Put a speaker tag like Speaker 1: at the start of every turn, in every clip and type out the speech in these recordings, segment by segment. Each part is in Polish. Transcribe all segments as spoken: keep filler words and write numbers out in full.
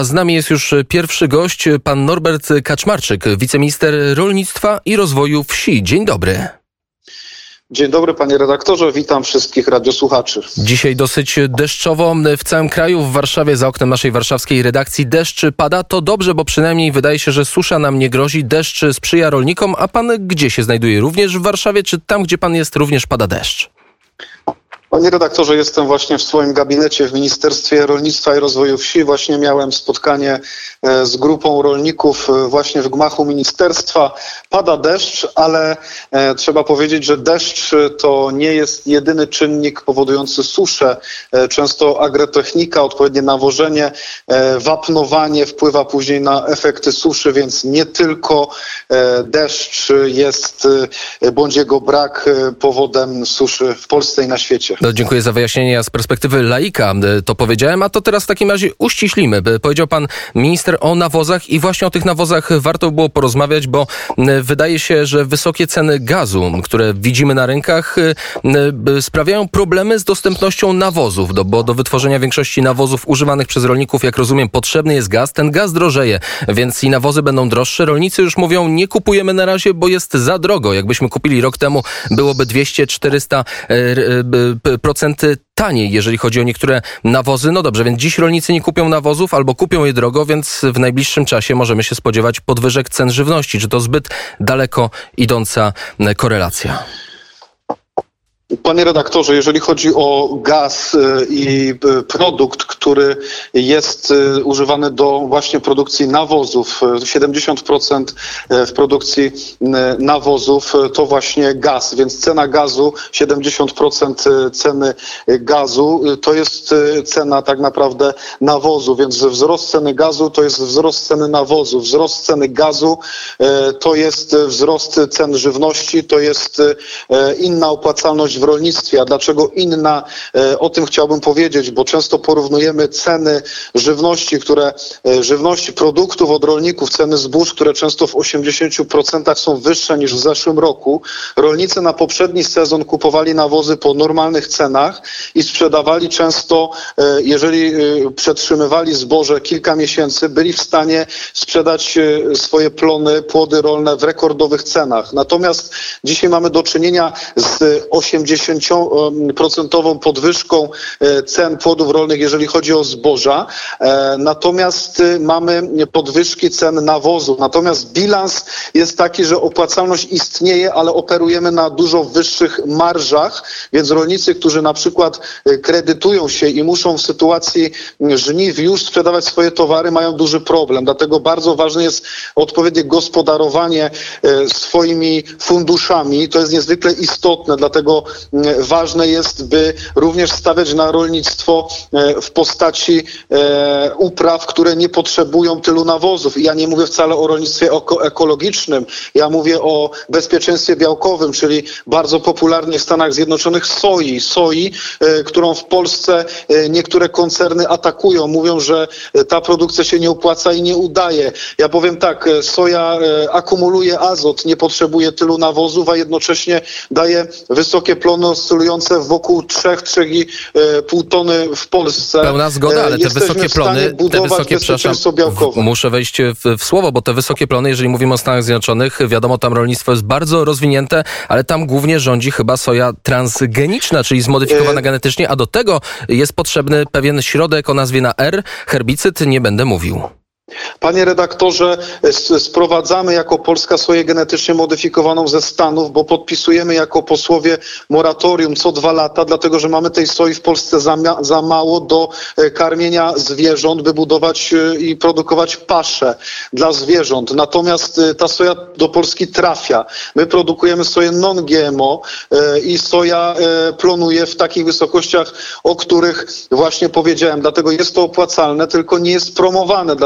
Speaker 1: Z nami jest już pierwszy gość, pan Norbert Kaczmarczyk, wiceminister rolnictwa i rozwoju wsi. Dzień dobry.
Speaker 2: Dzień dobry, panie redaktorze, witam wszystkich radiosłuchaczy.
Speaker 1: Dzisiaj dosyć deszczowo w całym kraju, w Warszawie, za oknem naszej warszawskiej redakcji deszcz pada. To dobrze, bo przynajmniej wydaje się, że susza nam nie grozi, deszcz sprzyja rolnikom. A pan gdzie się znajduje? Również w Warszawie, czy tam, gdzie pan jest, również pada deszcz?
Speaker 2: Panie redaktorze, jestem właśnie w swoim gabinecie w Ministerstwie Rolnictwa i Rozwoju Wsi. Właśnie miałem spotkanie z grupą rolników właśnie w gmachu ministerstwa. Pada deszcz, ale trzeba powiedzieć, że deszcz to nie jest jedyny czynnik powodujący suszę. Często agrotechnika, odpowiednie nawożenie, wapnowanie wpływa później na efekty suszy, więc nie tylko deszcz jest, bądź jego brak, powodem suszy w Polsce i na świecie.
Speaker 1: No, dziękuję za wyjaśnienie. Ja z perspektywy laika to powiedziałem, a to teraz w takim razie uściślimy. Powiedział pan minister o nawozach i właśnie o tych nawozach warto było porozmawiać, bo wydaje się, że wysokie ceny gazu, które widzimy na rynkach, sprawiają problemy z dostępnością nawozów, do, bo do wytworzenia większości nawozów używanych przez rolników, jak rozumiem, potrzebny jest gaz. Ten gaz drożeje, więc i nawozy będą droższe. Rolnicy już mówią, nie kupujemy na razie, bo jest za drogo. Jakbyśmy kupili rok temu, byłoby dwieście czterysta procent taniej, jeżeli chodzi o niektóre nawozy. No dobrze, więc dziś rolnicy nie kupią nawozów albo kupią je drogo, więc w najbliższym czasie możemy się spodziewać podwyżek cen żywności. Czy to zbyt daleko idąca korelacja?
Speaker 2: Panie redaktorze, jeżeli chodzi o gaz i produkt, który jest używany do właśnie produkcji nawozów, siedemdziesiąt procent w produkcji nawozów to właśnie gaz, więc cena gazu, siedemdziesiąt procent ceny gazu to jest cena tak naprawdę nawozu, więc wzrost ceny gazu to jest wzrost ceny nawozu, wzrost ceny gazu to jest wzrost cen żywności, to jest inna opłacalność w rolnictwie. A dlaczego inna? O tym chciałbym powiedzieć, bo często porównujemy ceny żywności, które, żywności, produktów od rolników, ceny zbóż, które często w osiemdziesięciu procentach są wyższe niż w zeszłym roku. Rolnicy na poprzedni sezon kupowali nawozy po normalnych cenach i sprzedawali często, jeżeli przetrzymywali zboże kilka miesięcy, byli w stanie sprzedać swoje plony, płody rolne w rekordowych cenach. Natomiast dzisiaj mamy do czynienia z osiemdziesięcioprocentową podwyżką cen płodów rolnych, jeżeli chodzi o zboża. Natomiast mamy podwyżki cen nawozów. Natomiast bilans jest taki, że opłacalność istnieje, ale operujemy na dużo wyższych marżach, więc rolnicy, którzy na przykład kredytują się i muszą w sytuacji żniw już sprzedawać swoje towary, mają duży problem. Dlatego bardzo ważne jest odpowiednie gospodarowanie swoimi funduszami. To jest niezwykle istotne, dlatego ważne jest, by również stawiać na rolnictwo w postaci upraw, które nie potrzebują tylu nawozów. I ja nie mówię wcale o rolnictwie ekologicznym, ja mówię o bezpieczeństwie białkowym, czyli bardzo popularnej w Stanach Zjednoczonych soi. Soi, którą w Polsce niektóre koncerny atakują. Mówią, że ta produkcja się nie opłaca i nie udaje. Ja powiem tak, soja akumuluje azot, nie potrzebuje tylu nawozów, a jednocześnie daje wysokie plony oscylujące wokół trzy do trzech i pół tony w Polsce.
Speaker 1: Pełna zgoda, ale te wysokie plony, te wysokie, przepraszam, muszę wejść w, w słowo, bo te wysokie plony, jeżeli mówimy o Stanach Zjednoczonych, wiadomo, tam rolnictwo jest bardzo rozwinięte, ale tam głównie rządzi chyba soja transgeniczna, czyli zmodyfikowana e... genetycznie, a do tego jest potrzebny pewien środek o nazwie na R, herbicyd, nie będę mówił.
Speaker 2: Panie redaktorze, sprowadzamy jako Polska soję genetycznie modyfikowaną ze Stanów, bo podpisujemy jako posłowie moratorium co dwa lata, dlatego że mamy tej soi w Polsce za, za mało do karmienia zwierząt, by budować i produkować pasze dla zwierząt. Natomiast ta soja do Polski trafia. My produkujemy soję non-G M O i soja plonuje w takich wysokościach, o których właśnie powiedziałem. Dlatego jest to opłacalne, tylko nie jest promowane, dlatego że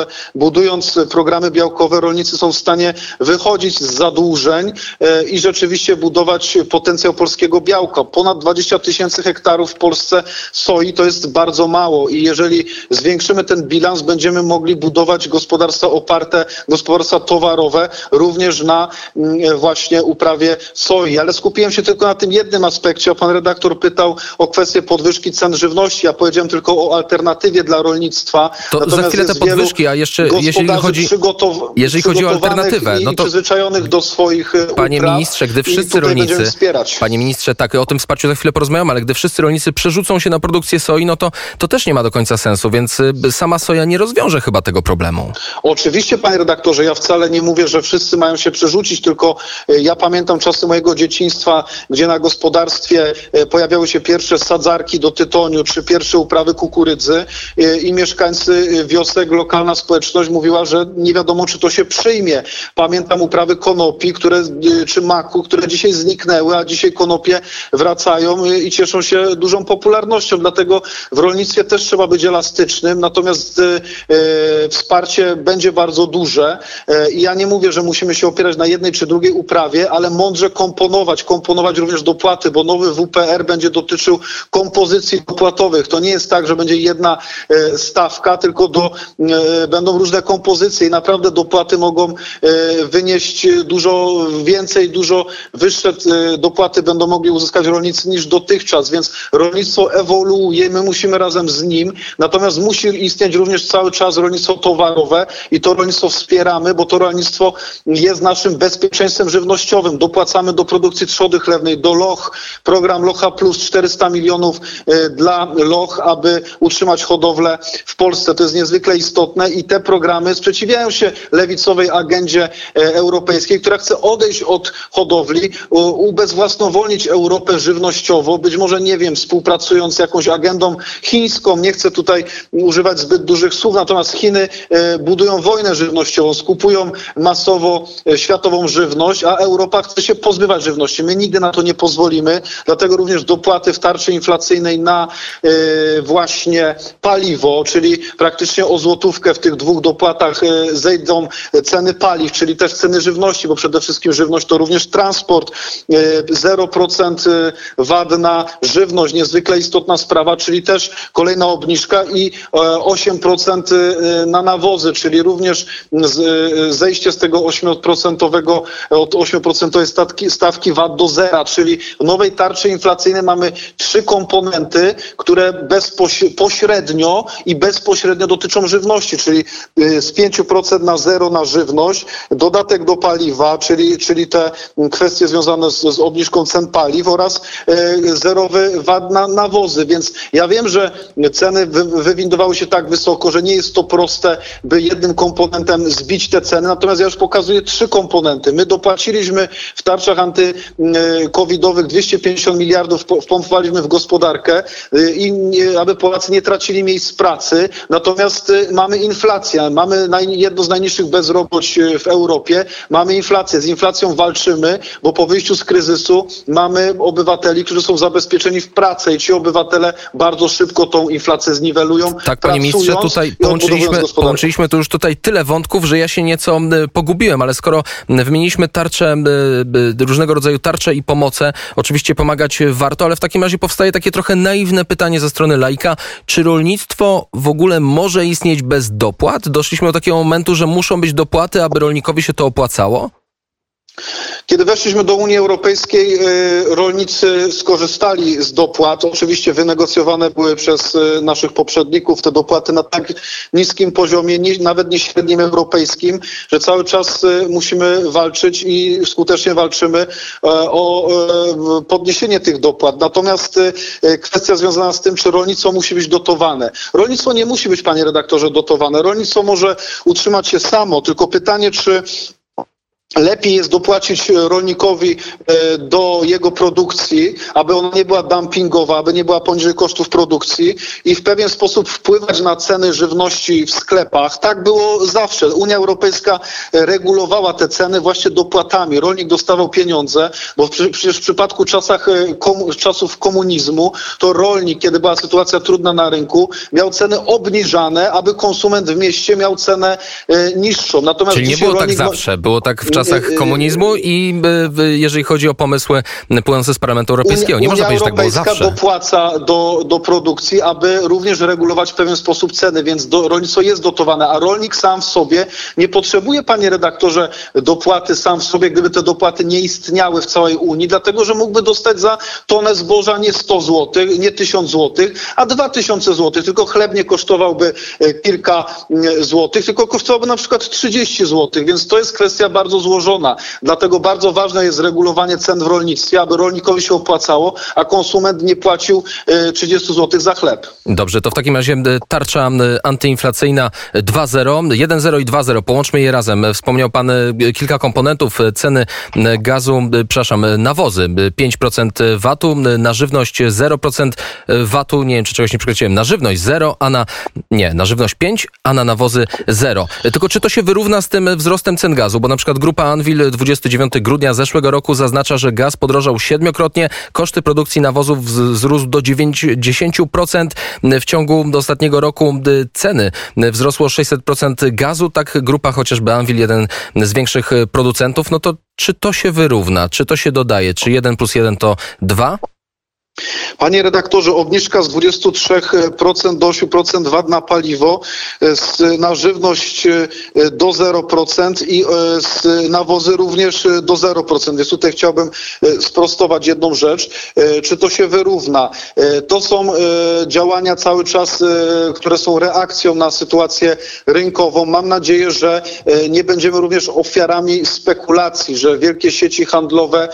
Speaker 2: że budując programy białkowe rolnicy są w stanie wychodzić z zadłużeń i rzeczywiście budować potencjał polskiego białka. Ponad dwadzieścia tysięcy hektarów w Polsce soi to jest bardzo mało i jeżeli zwiększymy ten bilans, będziemy mogli budować gospodarstwa oparte, gospodarstwa towarowe również na właśnie uprawie soi. Ale skupiłem się tylko na tym jednym aspekcie, a pan redaktor pytał o kwestię podwyżki cen żywności. Ja powiedziałem tylko o alternatywie dla rolnictwa.
Speaker 1: To
Speaker 2: Natomiast
Speaker 1: za chwilę te podwyżki, a jeszcze jeżeli chodzi,
Speaker 2: przygotow-
Speaker 1: jeżeli chodzi o alternatywę, no to
Speaker 2: przyzwyczajonych do swoich
Speaker 1: panie
Speaker 2: upraw,
Speaker 1: ministrze, gdy wszyscy rolnicy, panie ministrze, tak, o tym wsparciu za chwilę porozmawiamy, ale gdy wszyscy rolnicy przerzucą się na produkcję soi, no to, to też nie ma do końca sensu, więc sama soja nie rozwiąże chyba tego problemu.
Speaker 2: Oczywiście, panie redaktorze, ja wcale nie mówię, że wszyscy mają się przerzucić, tylko ja pamiętam czasy mojego dzieciństwa, gdzie na gospodarstwie pojawiały się pierwsze sadzarki do tytoniu, czy pierwsze uprawy kukurydzy i mieszkańcy wiosek, lokalna społeczność mówiła, że nie wiadomo, czy to się przyjmie. Pamiętam uprawy konopi, które, czy maku, które dzisiaj zniknęły, a dzisiaj konopie wracają i cieszą się dużą popularnością. Dlatego w rolnictwie też trzeba być elastycznym, natomiast e, wsparcie będzie bardzo duże. E, I ja nie mówię, że musimy się opierać na jednej czy drugiej uprawie, ale mądrze komponować, komponować również dopłaty, bo nowy W P R będzie dotyczył kompozycji dopłatowych. To nie jest tak, że będzie jedna e, stawka, tylko do, e, będą różne kompozycje i naprawdę dopłaty mogą e, wynieść dużo więcej, dużo wyższe e, dopłaty będą mogli uzyskać rolnicy niż dotychczas, więc rolnictwo ewoluuje, my musimy razem z nim, natomiast musi istnieć również cały czas rolnictwo towarowe i to rolnictwo wspieramy, bo to rolnictwo jest naszym bezpieczeństwem żywnościowym. Dopłacamy do produkcji trzody chlewnej, do Loch, program Locha Plus, czterysta milionów e, dla Loch, aby utrzymać hodowlę w Polsce. To jest niezwykle istotne i te programy sprzeciwiają się lewicowej agendzie e, europejskiej, która chce odejść od hodowli, u, ubezwłasnowolnić Europę żywnościowo, być może, nie wiem, współpracując z jakąś agendą chińską. Nie chcę tutaj używać zbyt dużych słów, natomiast Chiny e, budują wojnę żywnościową, skupują masowo e, światową żywność, a Europa chce się pozbywać żywności. My nigdy na to nie pozwolimy, dlatego również dopłaty w tarczy inflacyjnej na e, właśnie paliwo, czyli praktycznie o złotówkę w tych dwóch dopłatach e, zejdą ceny paliw, czyli też ceny żywności, bo przede wszystkim żywność to również transport, e, zero procent V A T na żywność, niezwykle istotna sprawa, czyli też kolejna obniżka i osiem procent na nawozy, czyli również zejście z tego ośmioprocentowego, od osiem procent stawki, stawki V A T do zera, czyli w nowej tarczy inflacyjnej mamy trzy komponenty, które bezpośrednio i bezpośrednio dotyczą żywności, czyli z pięciu procent na zero na żywność, dodatek do paliwa, czyli, czyli te kwestie związane z, z obniżką cen paliw oraz e, zerowy V A T na nawozy, więc ja wiem, że ceny wy, wywindowały się tak wysoko, że nie jest to proste, by jednym komponentem zbić te ceny, natomiast ja już pokazuję trzy komponenty. My dopłaciliśmy w tarczach antykowidowych dwieście pięćdziesiąt miliardów, wpompowaliśmy w gospodarkę i aby Polacy nie tracili miejsc pracy, natomiast mamy inflację, mamy naj, jedno z najniższych bezroboć w Europie, mamy inflację, z inflacją walczymy, bo po wyjściu z kryzysu mamy obywateli, którzy są zabezpieczeni w pracę i ci obywatele bardzo szybko tą inflację zniwelują.
Speaker 1: Tak, panie ministrze, tutaj połączyliśmy, połączyliśmy tu już tutaj tyle wątków, że ja się nieco pogubiłem, ale skoro wymieniliśmy tarcze, różnego rodzaju tarcze i pomoce, oczywiście pomagać warto, ale w takim razie powstaje takie trochę naiwne pytanie ze strony laika, czy rolnictwo w ogóle może istnieć bez dopłat? Doszliśmy do takiego momentu, że muszą być dopłaty, aby rolnikowi się to opłacało?
Speaker 2: Kiedy weszliśmy do Unii Europejskiej, rolnicy skorzystali z dopłat. Oczywiście wynegocjowane były przez naszych poprzedników te dopłaty na tak niskim poziomie, nawet nie średnim europejskim, że cały czas musimy walczyć i skutecznie walczymy o podniesienie tych dopłat. Natomiast kwestia związana z tym, czy rolnictwo musi być dotowane. Rolnictwo nie musi być, panie redaktorze, dotowane. Rolnictwo może utrzymać się samo, tylko pytanie, czy lepiej jest dopłacić rolnikowi do jego produkcji, aby ona nie była dumpingowa, aby nie była poniżej kosztów produkcji i w pewien sposób wpływać na ceny żywności w sklepach. Tak było zawsze. Unia Europejska regulowała te ceny właśnie dopłatami. Rolnik dostawał pieniądze, bo przecież w przypadku czasach, komu, czasów komunizmu to rolnik, kiedy była sytuacja trudna na rynku, miał ceny obniżane, aby konsument w mieście miał cenę niższą. Natomiast
Speaker 1: Czyli nie było tak zawsze, było tak w czasach komunizmu i jeżeli chodzi o pomysły płynące z Parlamentu Europejskiego. Nie
Speaker 2: Unia
Speaker 1: można powiedzieć, że tak było zawsze.
Speaker 2: Unia Europejska dopłaca do, do produkcji, aby również regulować w pewien sposób ceny, więc do, rolnictwo jest dotowane, a rolnik sam w sobie nie potrzebuje, panie redaktorze, dopłaty sam w sobie, gdyby te dopłaty nie istniały w całej Unii, dlatego że mógłby dostać za tonę zboża nie sto złotych, nie tysiąc złotych, a dwa tysiące złotych, tylko chleb nie kosztowałby kilka złotych, tylko kosztowałby na przykład trzydzieści złotych, więc to jest kwestia bardzo złożona. Dlatego bardzo ważne jest regulowanie cen w rolnictwie, aby rolnikowi się opłacało, a konsument nie płacił trzydzieści złotych za chleb.
Speaker 1: Dobrze, to w takim razie tarcza antyinflacyjna dwa zero, jeden zero i dwa zero. Połączmy je razem. Wspomniał pan kilka komponentów ceny gazu, przepraszam, nawozy pięć procent vatu, na żywność zero procent vatu, nie wiem czy czegoś nie przekroczyłem, na żywność zero, a na, nie, na żywność pięć, a na nawozy zero. Tylko czy to się wyrówna z tym wzrostem cen gazu? Bo na przykład grupa Anwil dwudziestego dziewiątego grudnia zeszłego roku zaznacza, że gaz podrożał siedmiokrotnie, koszty produkcji nawozów wzrósł do dziewięćdziesiąt procent. W ciągu ostatniego roku ceny wzrosło sześćset procent gazu, tak grupa chociażby Anwil, jeden z większych producentów. No to czy to się wyrówna? Czy to się dodaje? Czy jeden plus jeden to dwa?
Speaker 2: Panie redaktorze, obniżka z dwudziestu trzech procent do ośmiu procent vat na paliwo, na żywność do zero procent i z nawozy również do zero procent. Więc tutaj chciałbym sprostować jedną rzecz. Czy to się wyrówna? To są działania cały czas, które są reakcją na sytuację rynkową. Mam nadzieję, że nie będziemy również ofiarami spekulacji, że wielkie sieci handlowe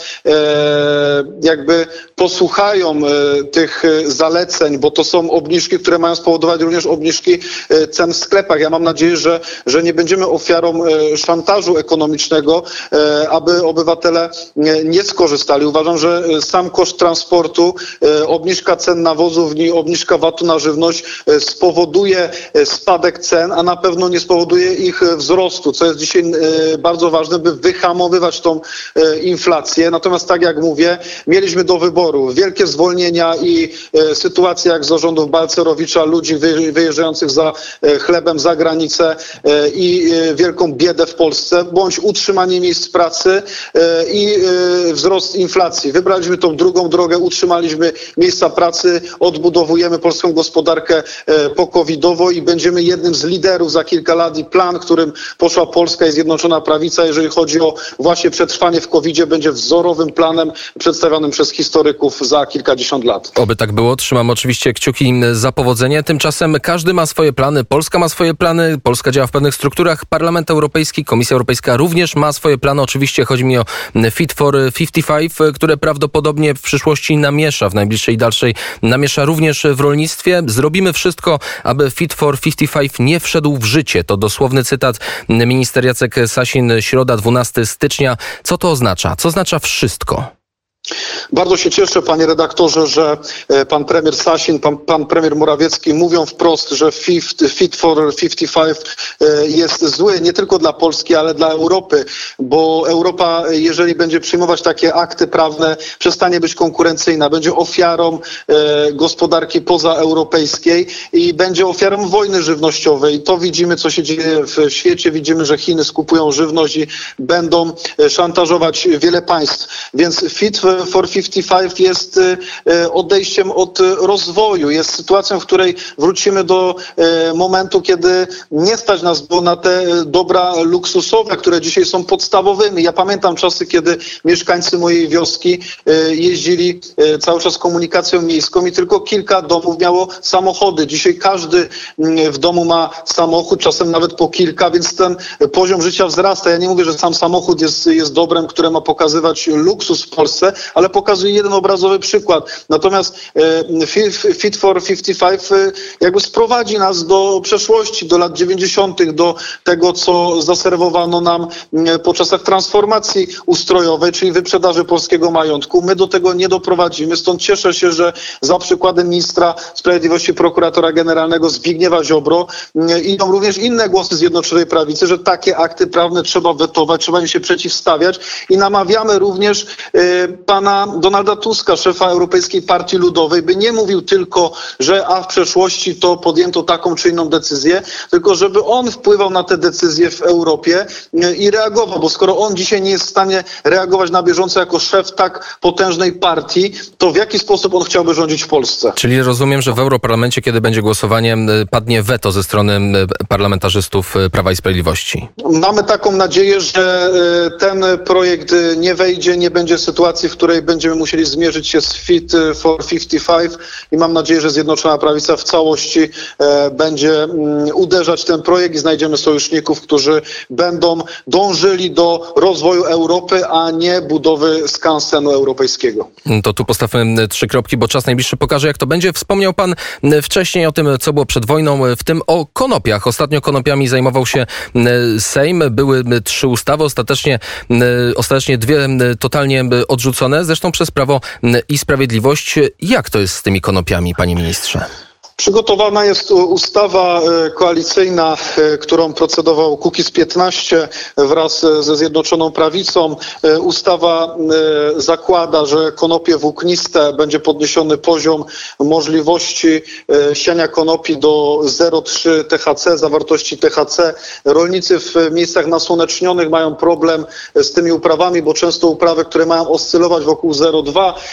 Speaker 2: jakby posłuchają tych zaleceń, bo to są obniżki, które mają spowodować również obniżki cen w sklepach. Ja mam nadzieję, że, że nie będziemy ofiarą szantażu ekonomicznego, aby obywatele nie skorzystali. Uważam, że sam koszt transportu, obniżka cen nawozów i obniżka vatu na żywność spowoduje spadek cen, a na pewno nie spowoduje ich wzrostu, co jest dzisiaj bardzo ważne, by wyhamowywać tą inflację. Natomiast tak jak mówię, mieliśmy do wyboru wielkie zwolnienia i e, sytuacja jak za rządów Balcerowicza, ludzi wy, wyjeżdżających za e, chlebem za granicę e, i e, wielką biedę w Polsce, bądź utrzymanie miejsc pracy e, i e, wzrost inflacji. Wybraliśmy tą drugą drogę, utrzymaliśmy miejsca pracy, odbudowujemy polską gospodarkę e, pokowidowo i będziemy jednym z liderów za kilka lat i plan, którym poszła Polska i Zjednoczona Prawica, jeżeli chodzi o właśnie przetrwanie w kowidzie, będzie wzorowym planem przedstawionym przez historyków za kilkadziesiąt lat.
Speaker 1: Oby tak było. Trzymam oczywiście kciuki za powodzenie. Tymczasem każdy ma swoje plany. Polska ma swoje plany. Polska działa w pewnych strukturach. Parlament Europejski, Komisja Europejska również ma swoje plany. Oczywiście chodzi mi o Fit for pięćdziesiąt pięć, które prawdopodobnie w przyszłości namiesza, w najbliższej i dalszej namiesza również w rolnictwie. Zrobimy wszystko, aby Fit for pięćdziesiąt pięć nie wszedł w życie. To dosłowny cytat. Minister Jacek Sasin, środa, dwunastego stycznia. Co to oznacza? Co oznacza wszystko?
Speaker 2: Bardzo się cieszę, panie redaktorze, że pan premier Sasin, pan, pan premier Morawiecki mówią wprost, że Fit for pięćdziesiąt pięć jest zły nie tylko dla Polski, ale dla Europy, bo Europa, jeżeli będzie przyjmować takie akty prawne, przestanie być konkurencyjna, będzie ofiarą gospodarki pozaeuropejskiej i będzie ofiarą wojny żywnościowej. To widzimy, co się dzieje w świecie. Widzimy, że Chiny skupują żywność i będą szantażować wiele państw. Więc Fit for pięćdziesiąt pięć jest odejściem od rozwoju, jest sytuacją, w której wrócimy do momentu, kiedy nie stać nas było na te dobra luksusowe, które dzisiaj są podstawowymi. Ja pamiętam czasy, kiedy mieszkańcy mojej wioski jeździli cały czas komunikacją miejską i tylko kilka domów miało samochody. Dzisiaj każdy w domu ma samochód, czasem nawet po kilka, więc ten poziom życia wzrasta. Ja nie mówię, że sam samochód jest, jest dobrem, które ma pokazywać luksus w Polsce, ale pokazuje jeden obrazowy przykład. Natomiast Fit for pięćdziesiąt pięć jakby sprowadzi nas do przeszłości, do lat dziewięćdziesiątych, do tego, co zaserwowano nam po czasach transformacji ustrojowej, czyli wyprzedaży polskiego majątku. My do tego nie doprowadzimy, stąd cieszę się, że za przykładem ministra sprawiedliwości, prokuratora generalnego Zbigniewa Ziobro idą również inne głosy Zjednoczonej Prawicy, że takie akty prawne trzeba wetować, trzeba im się przeciwstawiać i namawiamy również y, pana Donalda Tuska, szefa Europejskiej Partii Ludowej, by nie mówił tylko, że a w przeszłości to podjęto taką czy inną decyzję, tylko żeby on wpływał na te decyzje w Europie y, i reagował, bo skoro on dzisiaj nie jest w stanie reagować na bieżąco jako szef tak potężnej partii, to w jaki sposób on chciałby rządzić w Polsce?
Speaker 1: Czyli rozumiem, że w Europarlamencie, kiedy będzie głosowanie, padnie weto ze strony parlamentarzystów Prawa i Sprawiedliwości.
Speaker 2: Mamy taką nadzieję, że ten projekt nie wejdzie, nie będzie sytuacji, w której będziemy musieli zmierzyć się z Fit for pięćdziesiąt pięć i mam nadzieję, że Zjednoczona Prawica w całości będzie uderzać w ten projekt i znajdziemy sojuszników, którzy będą dążyli do rozwoju Europy, a nie budowy skansenu europejskiego.
Speaker 1: To tu postawmy trzy kropki, bo czas najbliższy pokaże, jak to będzie. Wspomniał pan wcześniej o tym, co było przed wojną, w tym o konopiach. Ostatnio konopiami zajmował się Sejm. Były trzy ustawy, ostatecznie, ostatecznie dwie totalnie odrzucone, zresztą przez Prawo i Sprawiedliwość. Jak to jest z tymi konopiami, panie ministrze?
Speaker 2: Przygotowana jest ustawa koalicyjna, którą procedował Kukiz piętnaście wraz ze Zjednoczoną Prawicą. Ustawa zakłada, że konopie włókniste będzie podniesiony poziom możliwości siania konopi do zero przecinek trzy T H C, zawartości T H C. Rolnicy w miejscach nasłonecznionych mają problem z tymi uprawami, bo często uprawy, które mają oscylować wokół zero przecinek dwa,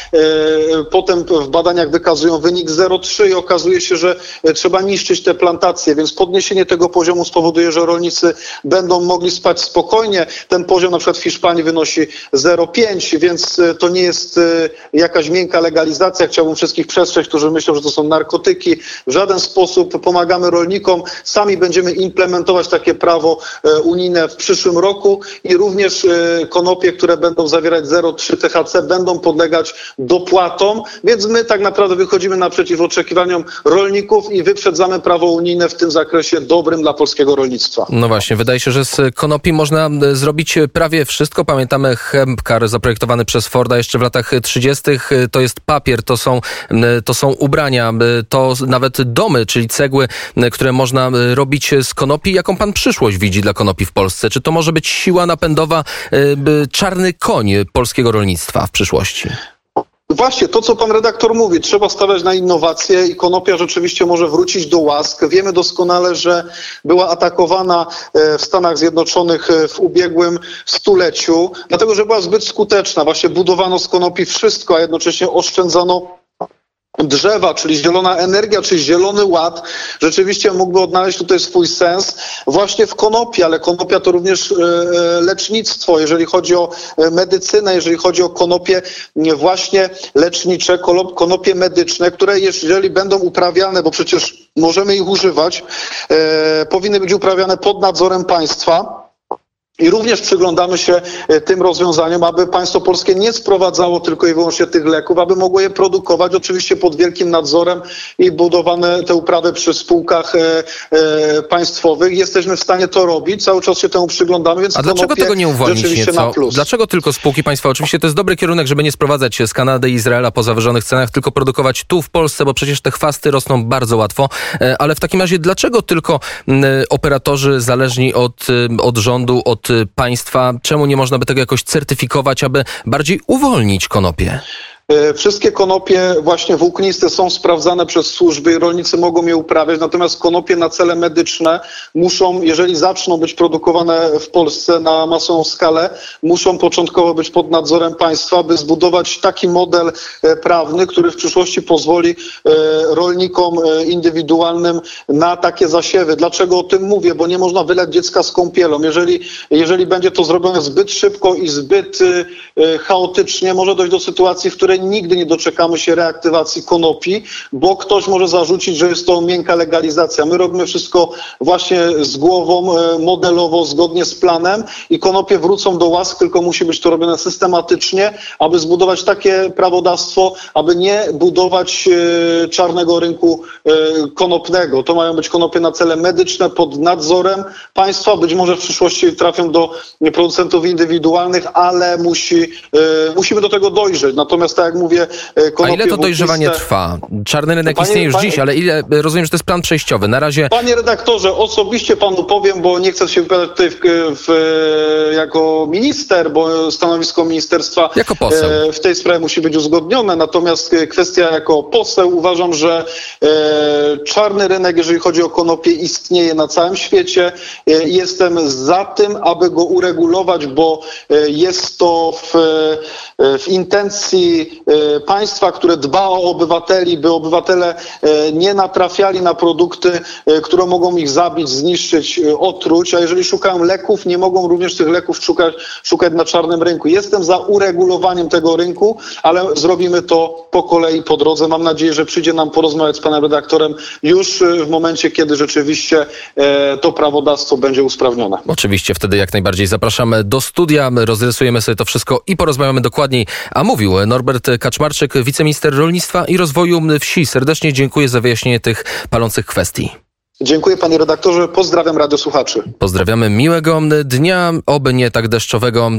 Speaker 2: potem w badaniach wykazują wynik zero przecinek trzy i okazuje się, że trzeba niszczyć te plantacje, więc podniesienie tego poziomu spowoduje, że rolnicy będą mogli spać spokojnie. Ten poziom na przykład w Hiszpanii wynosi zero przecinek pięć, więc to nie jest jakaś miękka legalizacja. Chciałbym wszystkich przestrzec, którzy myślą, że to są narkotyki. W żaden sposób pomagamy rolnikom. Sami będziemy implementować takie prawo unijne w przyszłym roku i również konopie, które będą zawierać zero przecinek trzy T H C, będą podlegać dopłatom, więc my tak naprawdę wychodzimy naprzeciw oczekiwaniom rolników i wyprzedzamy prawo unijne w tym zakresie dobrym dla polskiego rolnictwa.
Speaker 1: No właśnie, wydaje się, że z konopi można zrobić prawie wszystko. Pamiętamy Hempcar zaprojektowany przez Forda jeszcze w latach trzydziestych. To jest papier, to są, to są ubrania, to nawet domy, czyli cegły, które można robić z konopi. Jaką pan przyszłość widzi dla konopi w Polsce? Czy to może być siła napędowa, czarny koń polskiego rolnictwa w przyszłości?
Speaker 2: Właśnie, to co pan redaktor mówi, trzeba stawiać na innowacje i konopia rzeczywiście może wrócić do łask. Wiemy doskonale, że była atakowana w Stanach Zjednoczonych w ubiegłym stuleciu, dlatego że była zbyt skuteczna. Właśnie budowano z konopi wszystko, a jednocześnie oszczędzano drzewa, czyli zielona energia, czyli zielony ład rzeczywiście mógłby odnaleźć tutaj swój sens właśnie w konopie, ale konopia to również lecznictwo, jeżeli chodzi o medycynę, jeżeli chodzi o konopie właśnie lecznicze, konopie medyczne, które jeżeli będą uprawiane, bo przecież możemy ich używać, powinny być uprawiane pod nadzorem państwa. I również przyglądamy się tym rozwiązaniom, aby państwo polskie nie sprowadzało tylko i wyłącznie tych leków, aby mogło je produkować oczywiście pod wielkim nadzorem i budowane te uprawy przy spółkach e, e, państwowych. Jesteśmy w stanie to robić, cały czas się temu przyglądamy, więc
Speaker 1: a dlaczego tego nie uwolnić nieco?
Speaker 2: Na plus.
Speaker 1: Dlaczego tylko spółki państwowe? Oczywiście to jest dobry kierunek, żeby nie sprowadzać się z Kanady i Izraela po zawyżonych cenach, tylko produkować tu w Polsce, bo przecież te chwasty rosną bardzo łatwo. Ale w takim razie dlaczego tylko operatorzy zależni od, od rządu, od państwa, czemu nie można by tego jakoś certyfikować, aby bardziej uwolnić konopie?
Speaker 2: Wszystkie konopie właśnie włókniste są sprawdzane przez służby i rolnicy mogą je uprawiać, natomiast konopie na cele medyczne muszą, jeżeli zaczną być produkowane w Polsce na masową skalę, muszą początkowo być pod nadzorem państwa, by zbudować taki model prawny, który w przyszłości pozwoli rolnikom indywidualnym na takie zasiewy. Dlaczego o tym mówię? Bo nie można wylać dziecka z kąpielą. Jeżeli, jeżeli będzie to zrobione zbyt szybko i zbyt chaotycznie, może dojść do sytuacji, w której razie nigdy nie doczekamy się reaktywacji konopi, bo ktoś może zarzucić, że jest to miękka legalizacja. My robimy wszystko właśnie z głową, modelowo, zgodnie z planem i konopie wrócą do łask, tylko musi być to robione systematycznie, aby zbudować takie prawodawstwo, aby nie budować e, czarnego rynku e, konopnego. To mają być konopie na cele medyczne pod nadzorem państwa. Być może w przyszłości trafią do producentów indywidualnych, ale musi, e, musimy do tego dojrzeć. Natomiast tak jak mówię, e, konopie
Speaker 1: A ile to dojrzewanie
Speaker 2: włókniste...
Speaker 1: trwa? Czarny rynek
Speaker 2: Panie,
Speaker 1: istnieje już
Speaker 2: panie...
Speaker 1: dziś, ale ile, rozumiem, że to jest plan przejściowy. Na razie...
Speaker 2: Panie redaktorze, osobiście panu powiem, bo nie chcę się wypowiadać tutaj w, w, jako minister, bo stanowisko ministerstwa
Speaker 1: jako poseł
Speaker 2: e, w tej sprawie musi być uzgodnione. Natomiast kwestia jako poseł uważam, że e, czarny rynek, jeżeli chodzi o konopie, istnieje na całym świecie. E, jestem za tym, aby go uregulować, bo e, jest to w, e, w intencji e, państwa, które dba o obywateli, by obywatele e, nie natrafiali na produkty, e, które mogą ich zabić, zniszczyć, e, otruć, a jeżeli szukają leków, nie mogą również tych leków szukać, szukać na czarnym rynku. Jestem za uregulowaniem tego rynku, ale zrobimy to po kolei, po drodze. Mam nadzieję, że przyjdzie nam porozmawiać z panem redaktorem już w momencie, kiedy rzeczywiście e, to prawodawstwo będzie usprawnione.
Speaker 1: Oczywiście, wtedy jak najbardziej zapraszamy do studia, rozrysujemy sobie to wszystko i porozmawiamy dokładniej. A mówił Norbert Kaczmarczyk, wiceminister rolnictwa i rozwoju wsi. Serdecznie dziękuję za wyjaśnienie tych palących kwestii.
Speaker 2: Dziękuję panie redaktorze, pozdrawiam radiosłuchaczy.
Speaker 1: Pozdrawiamy, miłego dnia, oby nie tak deszczowego.